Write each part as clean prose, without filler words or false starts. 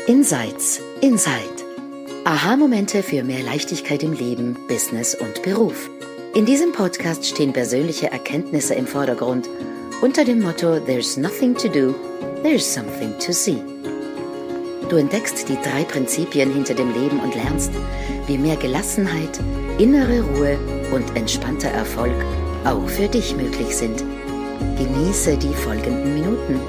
Insights Inside. Aha-Momente für mehr Leichtigkeit im Leben, Business und Beruf. In diesem Podcast stehen persönliche Erkenntnisse im Vordergrund unter dem Motto There's nothing to do, there's something to see. Du entdeckst die 3 Prinzipien hinter dem Leben und lernst, wie mehr Gelassenheit, innere Ruhe und entspannter Erfolg auch für dich möglich sind. Genieße die folgenden Minuten.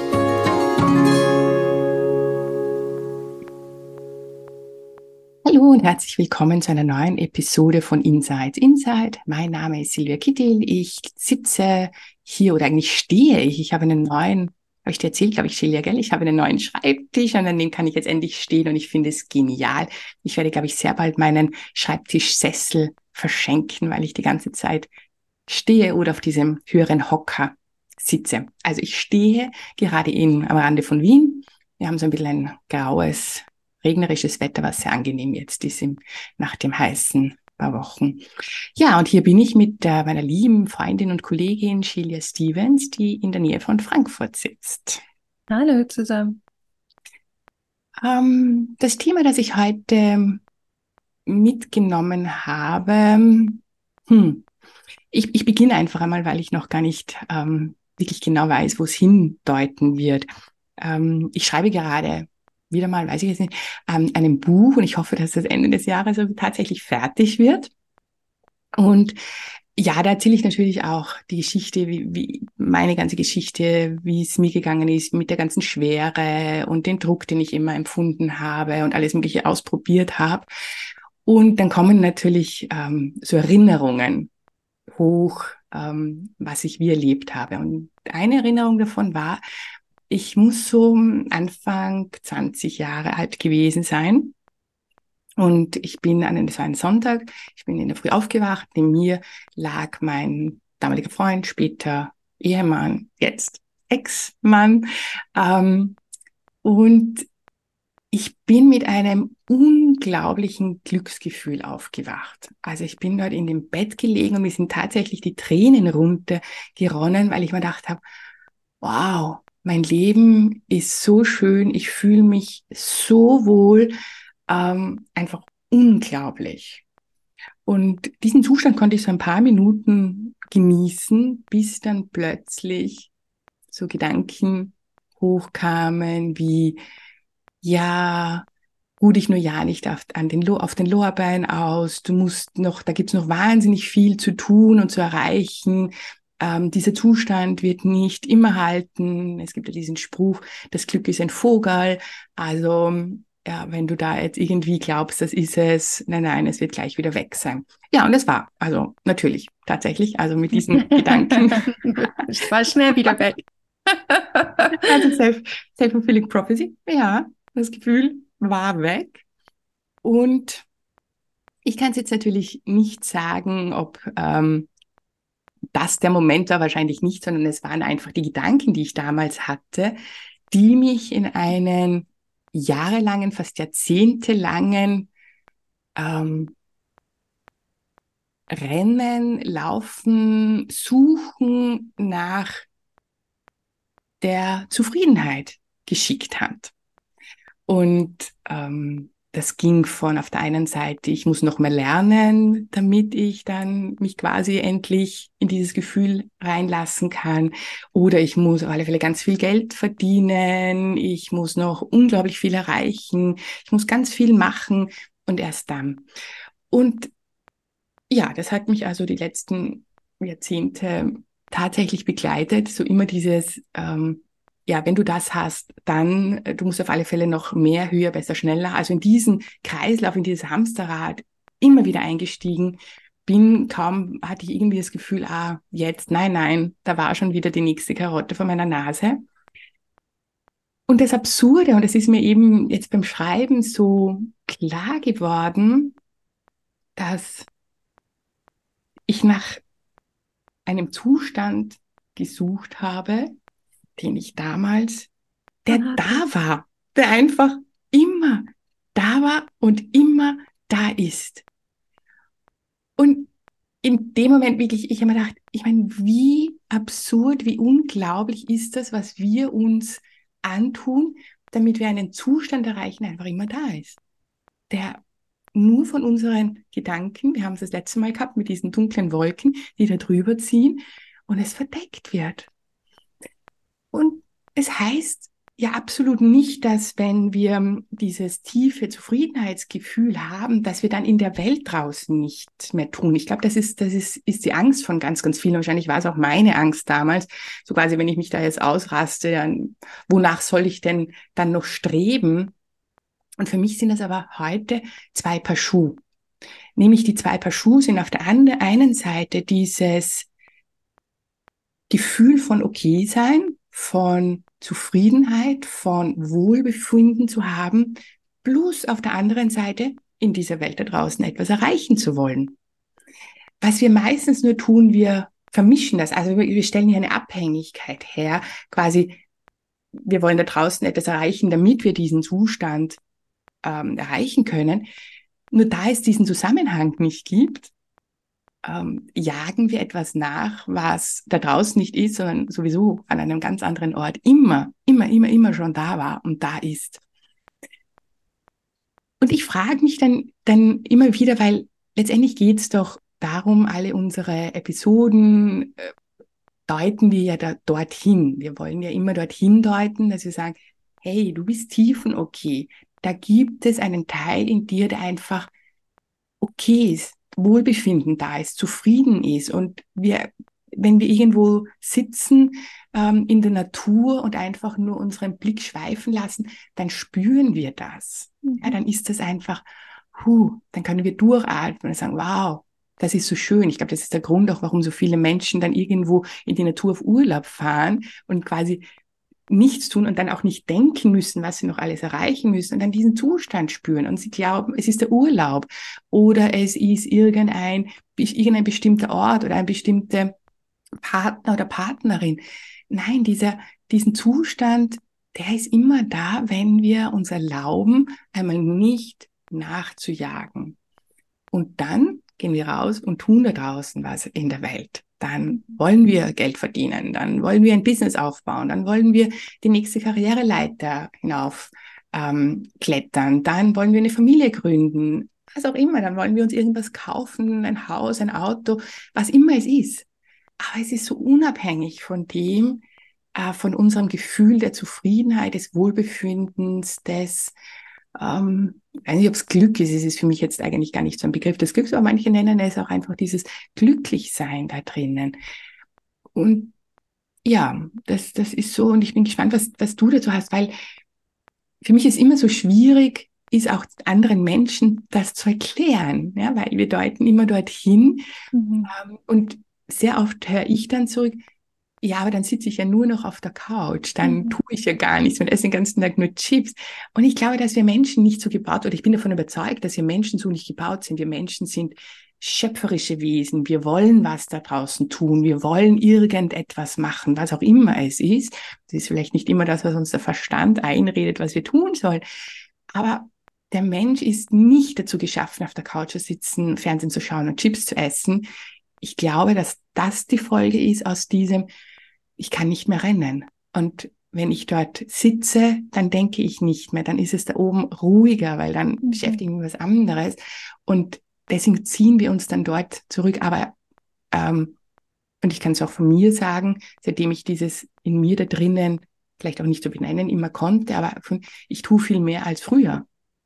Hallo und herzlich willkommen zu einer neuen Episode von Insights Inside. Mein Name ist Silvia Kittel. Ich sitze hier oder eigentlich stehe ich. Ich habe einen neuen, habe ich dir erzählt, glaube ich, Silvia, gell? Ich habe einen neuen Schreibtisch und an dem kann ich jetzt endlich stehen und ich finde es genial. Ich werde, glaube ich, sehr bald meinen Schreibtischsessel verschenken, weil ich die ganze Zeit stehe oder auf diesem höheren Hocker sitze. Also ich stehe gerade am Rande von Wien. Wir haben so ein bisschen ein graues, regnerisches Wetter, was sehr angenehm jetzt ist nach dem heißen paar Wochen. Ja, und hier bin ich mit meiner lieben Freundin und Kollegin Shelia Stevens, die in der Nähe von Frankfurt sitzt. Hallo zusammen. Das Thema, das ich heute mitgenommen habe, ich beginne einfach einmal, weil ich noch gar nicht wirklich genau weiß, wo es hindeuten wird. Ich schreibe gerade wieder mal, weiß ich jetzt nicht, einem Buch und ich hoffe, dass das Ende des Jahres tatsächlich fertig wird. Und ja, da erzähle ich natürlich auch die Geschichte, wie meine ganze Geschichte, wie es mir gegangen ist mit der ganzen Schwere und den Druck, den ich immer empfunden habe und alles Mögliche ausprobiert habe. Und dann kommen natürlich so Erinnerungen hoch, was ich wie erlebt habe. Und eine Erinnerung davon war, ich muss so Anfang 20 Jahre alt gewesen sein. Und ich bin das war ein Sonntag, ich bin in der Früh aufgewacht, neben mir lag mein damaliger Freund, später Ehemann, jetzt Ex-Mann. Und ich bin mit einem unglaublichen Glücksgefühl aufgewacht. Also ich bin dort in dem Bett gelegen und mir sind tatsächlich die Tränen runtergeronnen, weil ich mir gedacht habe, wow, mein Leben ist so schön, ich fühle mich so wohl, einfach unglaublich. Und diesen Zustand konnte ich so ein paar Minuten genießen, bis dann plötzlich so Gedanken hochkamen wie, ja, ruh dich nur ja nicht auf den Lorbeeren aus, da gibt's noch wahnsinnig viel zu tun und zu erreichen. Dieser Zustand wird nicht immer halten. Es gibt ja diesen Spruch, das Glück ist ein Vogel. Also, ja, wenn du da jetzt irgendwie glaubst, das ist es, nein, es wird gleich wieder weg sein. Ja, und es war, also natürlich, tatsächlich, also mit diesen Gedanken. Es war schnell wieder weg. Also self-fulfilling prophecy, ja, das Gefühl war weg. Und ich kann es jetzt natürlich nicht sagen, ob das der Moment war, wahrscheinlich nicht, sondern es waren einfach die Gedanken, die ich damals hatte, die mich in einen jahrelangen, fast jahrzehntelangen Rennen, Laufen, Suchen nach der Zufriedenheit geschickt hat. Und das ging von auf der einen Seite, ich muss noch mehr lernen, damit ich dann mich quasi endlich in dieses Gefühl reinlassen kann. Oder ich muss auf alle Fälle ganz viel Geld verdienen, ich muss noch unglaublich viel erreichen, ich muss ganz viel machen und erst dann. Und ja, das hat mich also die letzten Jahrzehnte tatsächlich begleitet, so immer dieses ja, wenn du das hast, dann, du musst auf alle Fälle noch mehr, höher, besser, schneller. Also in diesen Kreislauf, in dieses Hamsterrad immer wieder eingestiegen bin, kaum hatte ich irgendwie das Gefühl, jetzt, nein, da war schon wieder die nächste Karotte vor meiner Nase. Und das Absurde, und es ist mir eben jetzt beim Schreiben so klar geworden, dass ich nach einem Zustand gesucht habe, den ich damals der da war, der einfach immer da war und immer da ist. Und in dem Moment wirklich, ich habe mir gedacht, ich meine, wie absurd, wie unglaublich ist das, was wir uns antun, damit wir einen Zustand erreichen, der einfach immer da ist. Der nur von unseren Gedanken, wir haben es das letzte Mal gehabt mit diesen dunklen Wolken, die da drüber ziehen und es verdeckt wird. Und es heißt ja absolut nicht, dass wenn wir dieses tiefe Zufriedenheitsgefühl haben, dass wir dann in der Welt draußen nicht mehr tun. Ich glaube, das ist die Angst von ganz, ganz vielen. Wahrscheinlich war es auch meine Angst damals. So quasi, wenn ich mich da jetzt ausraste, dann, wonach soll ich denn dann noch streben? Und für mich sind das aber heute zwei Paar Schuhe. Nämlich die zwei Paar Schuhe sind auf der einen Seite dieses Gefühl von okay sein, von Zufriedenheit, von Wohlbefinden zu haben, plus auf der anderen Seite in dieser Welt da draußen etwas erreichen zu wollen. Was wir meistens nur tun, wir vermischen das. Also wir stellen hier eine Abhängigkeit her, quasi wir wollen da draußen etwas erreichen, damit wir diesen Zustand erreichen können. Nur da es diesen Zusammenhang nicht gibt, jagen wir etwas nach, was da draußen nicht ist, sondern sowieso an einem ganz anderen Ort immer schon da war und da ist. Und ich frage mich dann immer wieder, weil letztendlich geht es doch darum, alle unsere Episoden deuten wir ja dorthin. Wir wollen ja immer dorthin deuten, dass wir sagen, hey, du bist tiefenokay. Da gibt es einen Teil in dir, der einfach okay ist, Wohlbefinden da ist, zufrieden ist. Und wenn wir irgendwo sitzen in der Natur und einfach nur unseren Blick schweifen lassen, dann spüren wir das. Ja, dann ist das einfach, dann können wir durchatmen und sagen, wow, das ist so schön. Ich glaube, das ist der Grund auch, warum so viele Menschen dann irgendwo in die Natur auf Urlaub fahren und quasi nichts tun und dann auch nicht denken müssen, was sie noch alles erreichen müssen und dann diesen Zustand spüren und sie glauben, es ist der Urlaub oder es ist irgendein bestimmter Ort oder ein bestimmter Partner oder Partnerin. Nein, diesen Zustand, der ist immer da, wenn wir uns erlauben, einmal nicht nachzujagen. Und dann gehen wir raus und tun da draußen was in der Welt. Dann wollen wir Geld verdienen, dann wollen wir ein Business aufbauen, dann wollen wir die nächste Karriereleiter hinauf klettern, dann wollen wir eine Familie gründen, was auch immer, dann wollen wir uns irgendwas kaufen, ein Haus, ein Auto, was immer es ist. Aber es ist so unabhängig von dem, von unserem Gefühl der Zufriedenheit, des Wohlbefindens, ich weiß nicht, ob es Glück ist, es ist für mich jetzt eigentlich gar nicht so ein Begriff des Glücks, aber manche nennen es auch einfach dieses Glücklichsein da drinnen. Und ja, das ist so und ich bin gespannt, was du dazu hast, weil für mich ist immer so schwierig, ist auch anderen Menschen das zu erklären, ja, weil wir deuten immer dorthin und sehr oft höre ich dann zurück, ja, aber dann sitze ich ja nur noch auf der Couch, dann tue ich ja gar nichts und esse den ganzen Tag nur Chips. Und ich glaube, dass wir Menschen nicht so gebaut, oder ich bin davon überzeugt, dass wir Menschen so nicht gebaut sind. Wir Menschen sind schöpferische Wesen. Wir wollen was da draußen tun. Wir wollen irgendetwas machen, was auch immer es ist. Das ist vielleicht nicht immer das, was uns der Verstand einredet, was wir tun sollen. Aber der Mensch ist nicht dazu geschaffen, auf der Couch zu sitzen, Fernsehen zu schauen und Chips zu essen. Ich glaube, dass das die Folge ist aus diesem, ich kann nicht mehr rennen. Und wenn ich dort sitze, dann denke ich nicht mehr. Dann ist es da oben ruhiger, weil dann beschäftige ich mich was anderes. Und deswegen ziehen wir uns dann dort zurück. Aber, und ich kann es auch von mir sagen, seitdem ich dieses in mir da drinnen, vielleicht auch nicht so benennen, immer konnte, aber ich tue viel mehr als früher.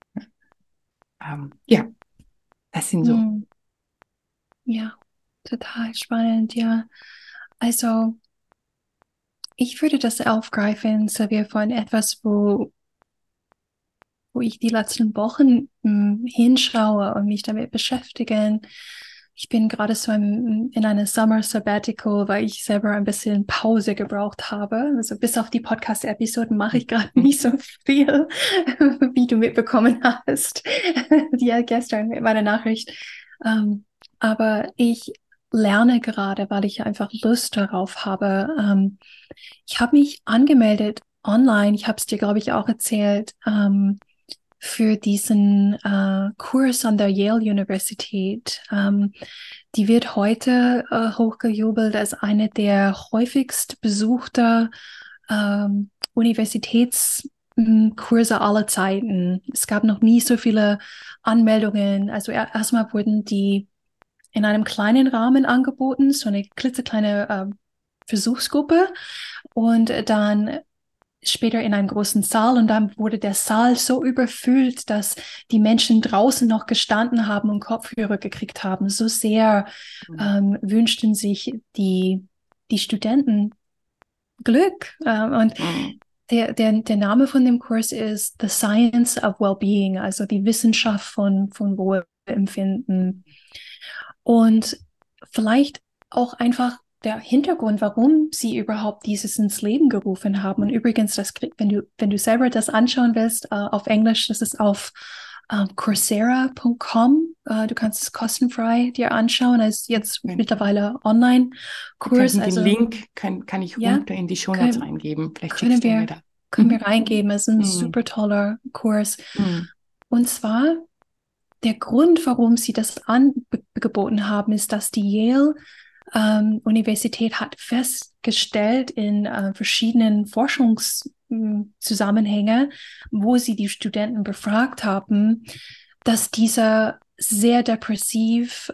Ja, das sind so. Ja, total spannend, ja. Also, ich würde das aufgreifen, so wie von etwas, wo ich die letzten Wochen hinschaue und mich damit beschäftige. Ich bin gerade so in einer Summer Sabbatical, weil ich selber ein bisschen Pause gebraucht habe. Also bis auf die Podcast-Episoden mache ich gerade nicht so viel, wie du mitbekommen hast. Ja, gestern mit meiner Nachricht. Aber ich lerne gerade, weil ich einfach Lust darauf habe. Ich habe mich angemeldet online. Ich habe es dir, glaube ich, auch erzählt, für diesen Kurs an der Yale Universität. Die wird heute hochgejubelt als eine der häufigst besuchter Universitätskurse Kurse aller Zeiten. Es gab noch nie so viele Anmeldungen. Also erstmal wurden die in einem kleinen Rahmen angeboten, so eine klitzekleine Versuchsgruppe und dann später in einen großen Saal und dann wurde der Saal so überfüllt, dass die Menschen draußen noch gestanden haben und Kopfhörer gekriegt haben. So sehr wünschten sich die Studenten Glück. Und der Name von dem Kurs ist The Science of Wellbeing, also die Wissenschaft von Wohlempfinden. Und vielleicht auch einfach der Hintergrund, warum sie überhaupt dieses ins Leben gerufen haben. Und übrigens, wenn du selber das anschauen willst, auf Englisch, das ist auf Coursera.com. Du kannst es kostenfrei dir anschauen. Es ist jetzt mittlerweile Online-Kurs. Den Link kann ich runter in die Shownotes reingeben. Vielleicht schickst du mir da. Können wir reingeben. Es ist ein super toller Kurs. Und zwar der Grund, warum sie das angeboten haben, ist, dass die Yale Universität hat festgestellt in verschiedenen Forschungszusammenhängen, wo sie die Studenten befragt haben, dass diese sehr depressiv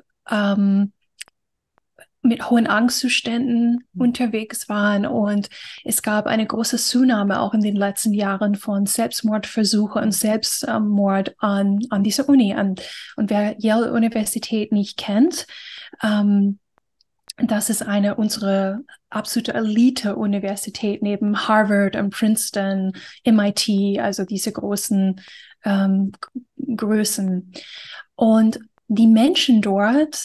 mit hohen Angstzuständen unterwegs waren und es gab eine große Zunahme auch in den letzten Jahren von Selbstmordversuchen und Selbstmord an dieser Uni. Und wer Yale Universität nicht kennt, das ist unserer absolute Elite-Universität neben Harvard und Princeton, MIT, also diese großen Größen. Und die Menschen dort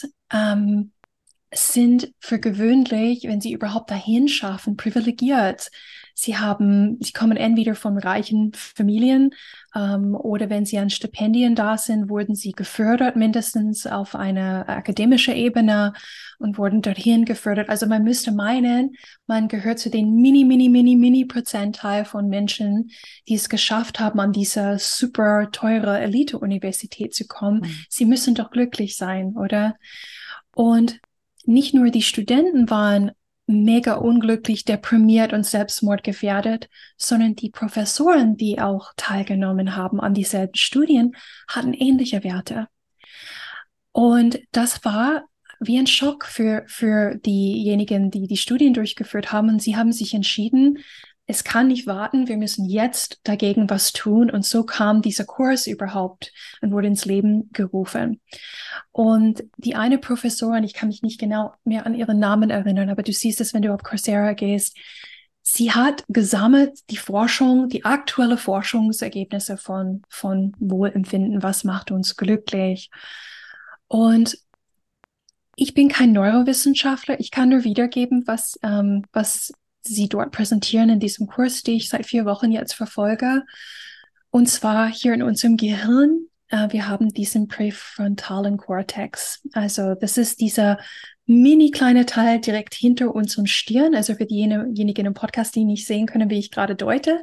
sind für gewöhnlich, wenn sie überhaupt dahin schaffen, privilegiert. Sie kommen entweder von reichen Familien oder wenn sie an Stipendien da sind, wurden sie gefördert, mindestens auf einer akademischen Ebene und wurden dorthin gefördert. Also man müsste meinen, man gehört zu den mini Prozentteil von Menschen, die es geschafft haben, an diese super teure Elite-Universität zu kommen. Sie müssen doch glücklich sein, oder? Und nicht nur die Studenten waren mega unglücklich, deprimiert und selbstmordgefährdet, sondern die Professoren, die auch teilgenommen haben an dieselben Studien, hatten ähnliche Werte. Und das war wie ein Schock für diejenigen, die die Studien durchgeführt haben. Und sie haben sich entschieden, es kann nicht warten, wir müssen jetzt dagegen was tun. Und so kam dieser Kurs überhaupt und wurde ins Leben gerufen. Und die eine Professorin, ich kann mich nicht genau mehr an ihren Namen erinnern, aber du siehst es, wenn du auf Coursera gehst, sie hat gesammelt die aktuelle Forschungsergebnisse von Wohlempfinden, was macht uns glücklich. Und ich bin kein Neurowissenschaftler, ich kann nur wiedergeben, was sie dort präsentieren in diesem Kurs, den ich seit 4 Wochen jetzt verfolge. Und zwar hier in unserem Gehirn. Wir haben diesen präfrontalen Kortex. Also das ist dieser mini kleine Teil direkt hinter unserem Stirn. Also für diejenigen im Podcast, die nicht sehen können, wie ich gerade deute.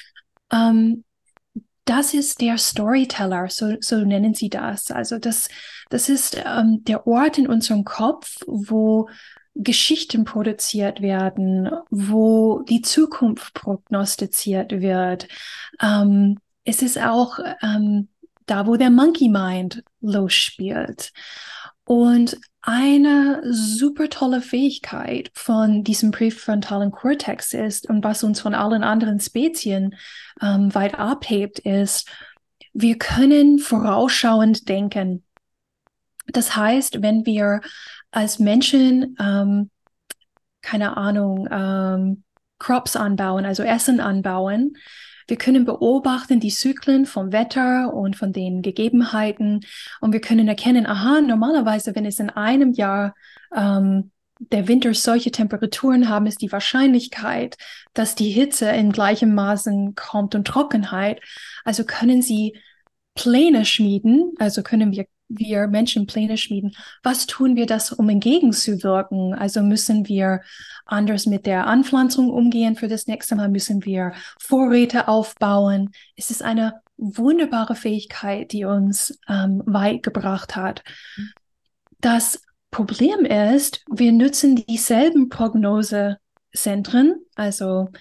Das ist der Storyteller, so nennen sie das. Also das ist der Ort in unserem Kopf, wo Geschichten produziert werden, wo die Zukunft prognostiziert wird. Es ist auch da, wo der Monkey Mind losspielt. Und eine super tolle Fähigkeit von diesem präfrontalen Kortex ist und was uns von allen anderen Spezien weit abhebt, ist, wir können vorausschauend denken. Das heißt, wenn wir als Menschen, keine Ahnung, Crops anbauen, also Essen anbauen, wir können beobachten die Zyklen vom Wetter und von den Gegebenheiten und wir können erkennen, aha, normalerweise, wenn es in einem Jahr der Winter solche Temperaturen haben, ist die Wahrscheinlichkeit, dass die Hitze in gleichem Maßen kommt und Trockenheit. Also können sie Pläne schmieden, also können wir Menschen Pläne schmieden. Was tun wir das, um entgegenzuwirken? Also müssen wir anders mit der Anpflanzung umgehen für das nächste Mal? Müssen wir Vorräte aufbauen? Es ist eine wunderbare Fähigkeit, die uns weit gebracht hat. Das Problem ist, wir nutzen dieselben Prognosezentren, also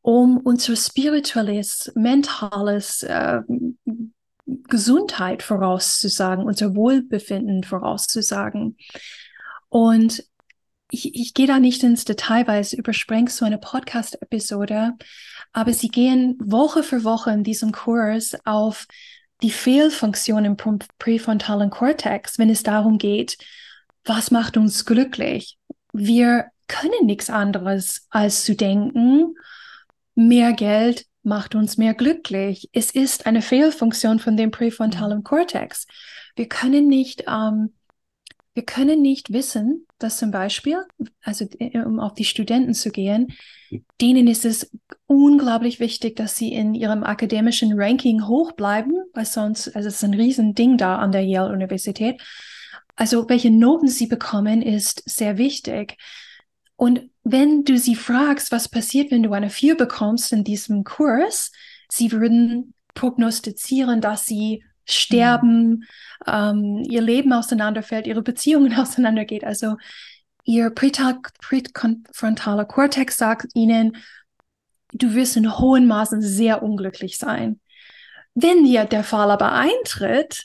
um unser spirituelles, mentales Gesundheit vorauszusagen, unser Wohlbefinden vorauszusagen. Und ich gehe da nicht ins Detail, weil es übersprengt so eine Podcast-Episode, aber sie gehen Woche für Woche in diesem Kurs auf die Fehlfunktion im präfrontalen Kortex, wenn es darum geht, was macht uns glücklich? Wir können nichts anderes als zu denken, mehr Geld macht uns mehr glücklich. Es ist eine Fehlfunktion von dem präfrontalen Kortex. Wir können nicht wissen, dass zum Beispiel, also um auf die Studenten zu gehen, denen ist es unglaublich wichtig, dass sie in ihrem akademischen Ranking hoch bleiben, weil sonst, also es ist ein Riesending da an der Yale-Universität. Also welche Noten sie bekommen, ist sehr wichtig. Und wenn du sie fragst, was passiert, wenn du eine 4 bekommst in diesem Kurs, sie würden prognostizieren, dass sie sterben, ihr Leben auseinanderfällt, ihre Beziehungen auseinandergeht. Also ihr präfrontaler Kortex sagt ihnen, du wirst in hohen Maßen sehr unglücklich sein. Wenn dir der Fall aber eintritt,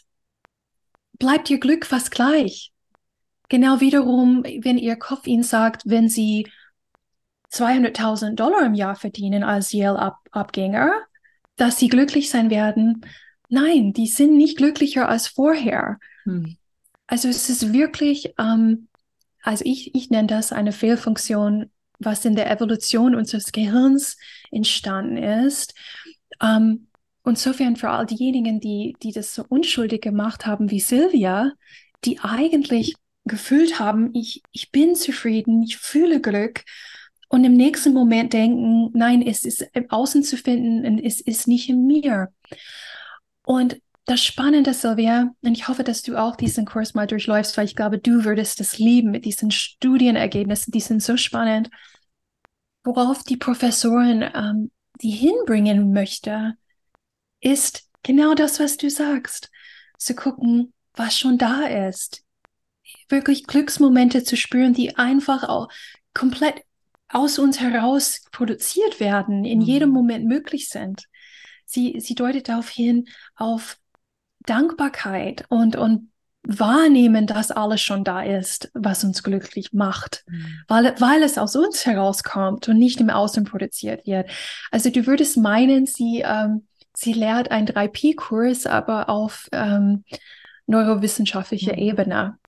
bleibt ihr Glück fast gleich. Genau wiederum, wenn ihr Kopf ihnen sagt, wenn sie $200.000 im Jahr verdienen als Yale-Abgänger, dass sie glücklich sein werden. Nein, die sind nicht glücklicher als vorher. Also es ist wirklich, also ich nenne das eine Fehlfunktion, was in der Evolution unseres Gehirns entstanden ist. Insofern für all diejenigen, die das so unschuldig gemacht haben wie Silvia, die eigentlich gefühlt haben, ich bin zufrieden, ich fühle Glück und im nächsten Moment denken, nein, es ist im Außen zu finden und es ist nicht in mir. Und das Spannende, Silvia, und ich hoffe, dass du auch diesen Kurs mal durchläufst, weil ich glaube, du würdest es lieben mit diesen Studienergebnissen, die sind so spannend, worauf die Professorin die hinbringen möchte, ist genau das, was du sagst, zu gucken, was schon da ist, wirklich Glücksmomente zu spüren, die einfach auch komplett aus uns heraus produziert werden, in jedem Moment möglich sind. Sie deutet darauf hin, auf Dankbarkeit und wahrnehmen, dass alles schon da ist, was uns glücklich macht, weil es aus uns herauskommt und nicht im Außen produziert wird. Also du würdest meinen, sie lehrt einen 3P-Kurs, aber auf neurowissenschaftlicher Ebene.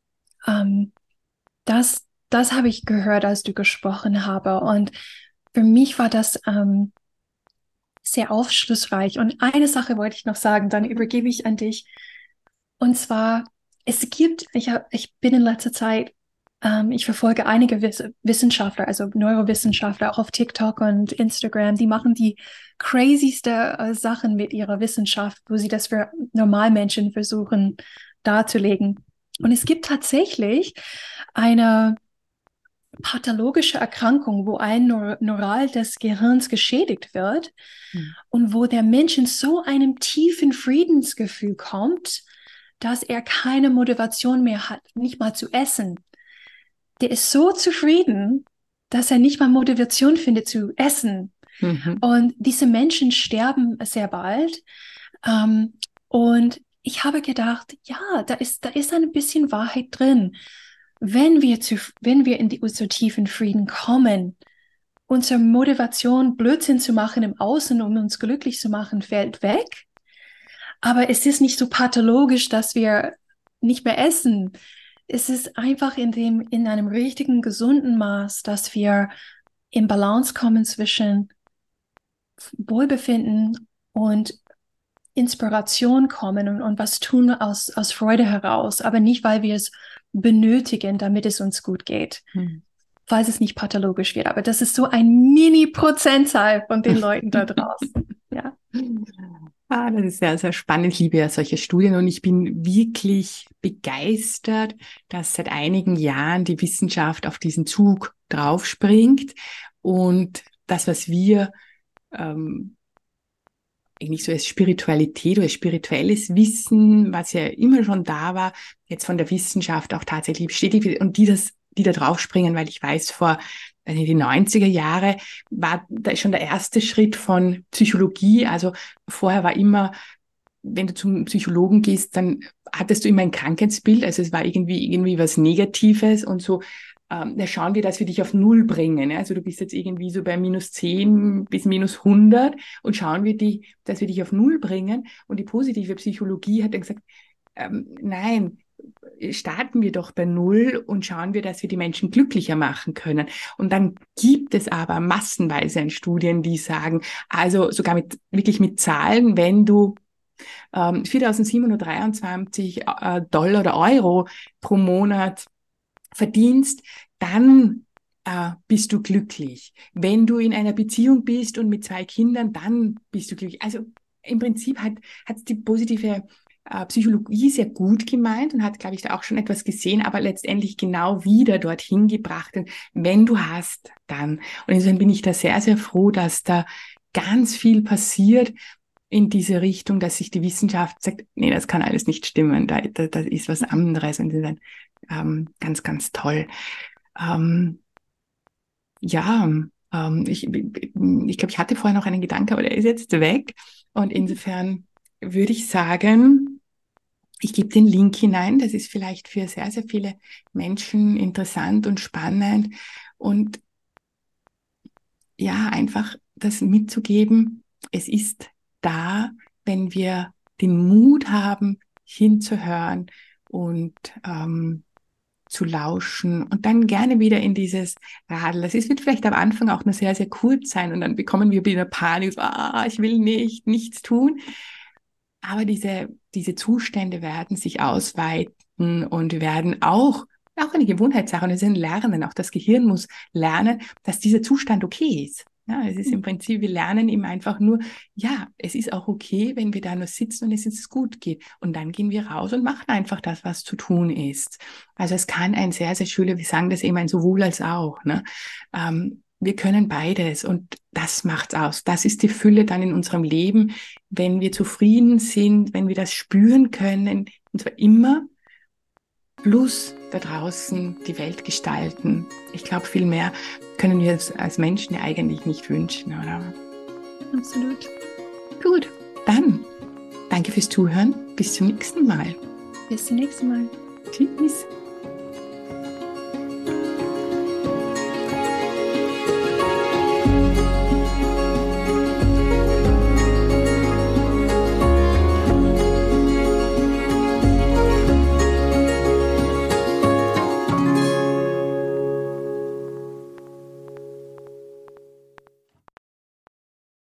Das habe ich gehört, als du gesprochen habe. Und für mich war das sehr aufschlussreich. Und eine Sache wollte ich noch sagen, dann übergebe ich an dich. Und zwar, ich bin in letzter Zeit, ich verfolge einige Wissenschaftler, also Neurowissenschaftler, auch auf TikTok und Instagram, die machen die crazyste Sachen mit ihrer Wissenschaft, wo sie das für Normalmenschen versuchen darzulegen. Und es gibt tatsächlich eine pathologische Erkrankung, wo ein Neural des Gehirns geschädigt wird und wo der Mensch in so einem tiefen Friedensgefühl kommt, dass er keine Motivation mehr hat, nicht mal zu essen. Der ist so zufrieden, dass er nicht mal Motivation findet zu essen. Und diese Menschen sterben sehr bald. Und ich habe gedacht, ja, da ist ein bisschen Wahrheit drin. Wenn wir in so tiefen Frieden kommen, unsere Motivation, Blödsinn zu machen im Außen, um uns glücklich zu machen, fällt weg. Aber es ist nicht so pathologisch, dass wir nicht mehr essen. Es ist einfach in einem richtigen, gesunden Maß, dass wir in Balance kommen zwischen Wohlbefinden und Inspiration kommen und was tun aus Freude heraus, aber nicht, weil wir es benötigen, damit es uns gut geht, falls es nicht pathologisch wird. Aber das ist so ein Mini-Prozentzahl von den Leuten da draußen. Ja. Das ist sehr, sehr spannend. Ich liebe ja solche Studien und ich bin wirklich begeistert, dass seit einigen Jahren die Wissenschaft auf diesen Zug draufspringt und das, was wir eigentlich so als Spiritualität oder spirituelles Wissen, was ja immer schon da war, jetzt von der Wissenschaft auch tatsächlich bestätigt wird und die da draufspringen, weil ich weiß, vor also die 90er Jahre war da schon der erste Schritt von Psychologie. Also vorher war immer, wenn du zum Psychologen gehst, dann hattest du immer ein Krankheitsbild. Also es war irgendwie was Negatives und so. Da schauen wir, dass wir dich auf Null bringen. Also du bist jetzt irgendwie so bei -10 bis -100 und schauen wir dass wir dich auf Null bringen. Und die positive Psychologie hat dann gesagt, nein, starten wir doch bei Null und schauen wir, dass wir die Menschen glücklicher machen können. Und dann gibt es aber massenweise an Studien, die sagen, also sogar wirklich mit Zahlen, wenn du 4.723 Dollar oder Euro pro Monat verdienst, dann bist du glücklich. Wenn du in einer Beziehung bist und mit 2 Kindern, dann bist du glücklich. Also im Prinzip hat die positive Psychologie sehr gut gemeint und hat, glaube ich, da auch schon etwas gesehen, aber letztendlich genau wieder dorthin gebracht. Und wenn du hast, dann. Und insofern bin ich da sehr, sehr froh, dass da ganz viel passiert in diese Richtung, dass sich die Wissenschaft sagt, nee, das kann alles nicht stimmen, da ist was anderes. Und das ist dann ganz, ganz toll. Ich glaube, ich hatte vorher noch einen Gedanke, aber der ist jetzt weg. Und insofern würde ich sagen, ich gebe den Link hinein. Das ist vielleicht für sehr, sehr viele Menschen interessant und spannend. Und ja, einfach das mitzugeben, es ist da, wenn wir den Mut haben, hinzuhören und zu lauschen und dann gerne wieder in dieses Radl. Wird vielleicht am Anfang auch nur sehr, sehr kurz sein und dann bekommen wir wieder Panik, so, ich will nichts tun. Aber diese Zustände werden sich ausweiten und werden auch eine Gewohnheitssache und es ist ein Lernen. Auch das Gehirn muss lernen, dass dieser Zustand okay ist. Ja, es ist im Prinzip, wir lernen ihm einfach nur, ja, es ist auch okay, wenn wir da nur sitzen und es uns gut geht. Und dann gehen wir raus und machen einfach das, was zu tun ist. Also es kann ein sehr, sehr schöner, wir sagen das eben ein sowohl als auch, ne? Wir können beides und das macht's aus. Das ist die Fülle dann in unserem Leben, wenn wir zufrieden sind, wenn wir das spüren können, und zwar immer, plus da draußen die Welt gestalten. Ich glaube, viel mehr können wir als Menschen ja eigentlich nicht wünschen, oder? Absolut. Gut, dann danke fürs Zuhören. Bis zum nächsten Mal. Bis zum nächsten Mal. Tschüss.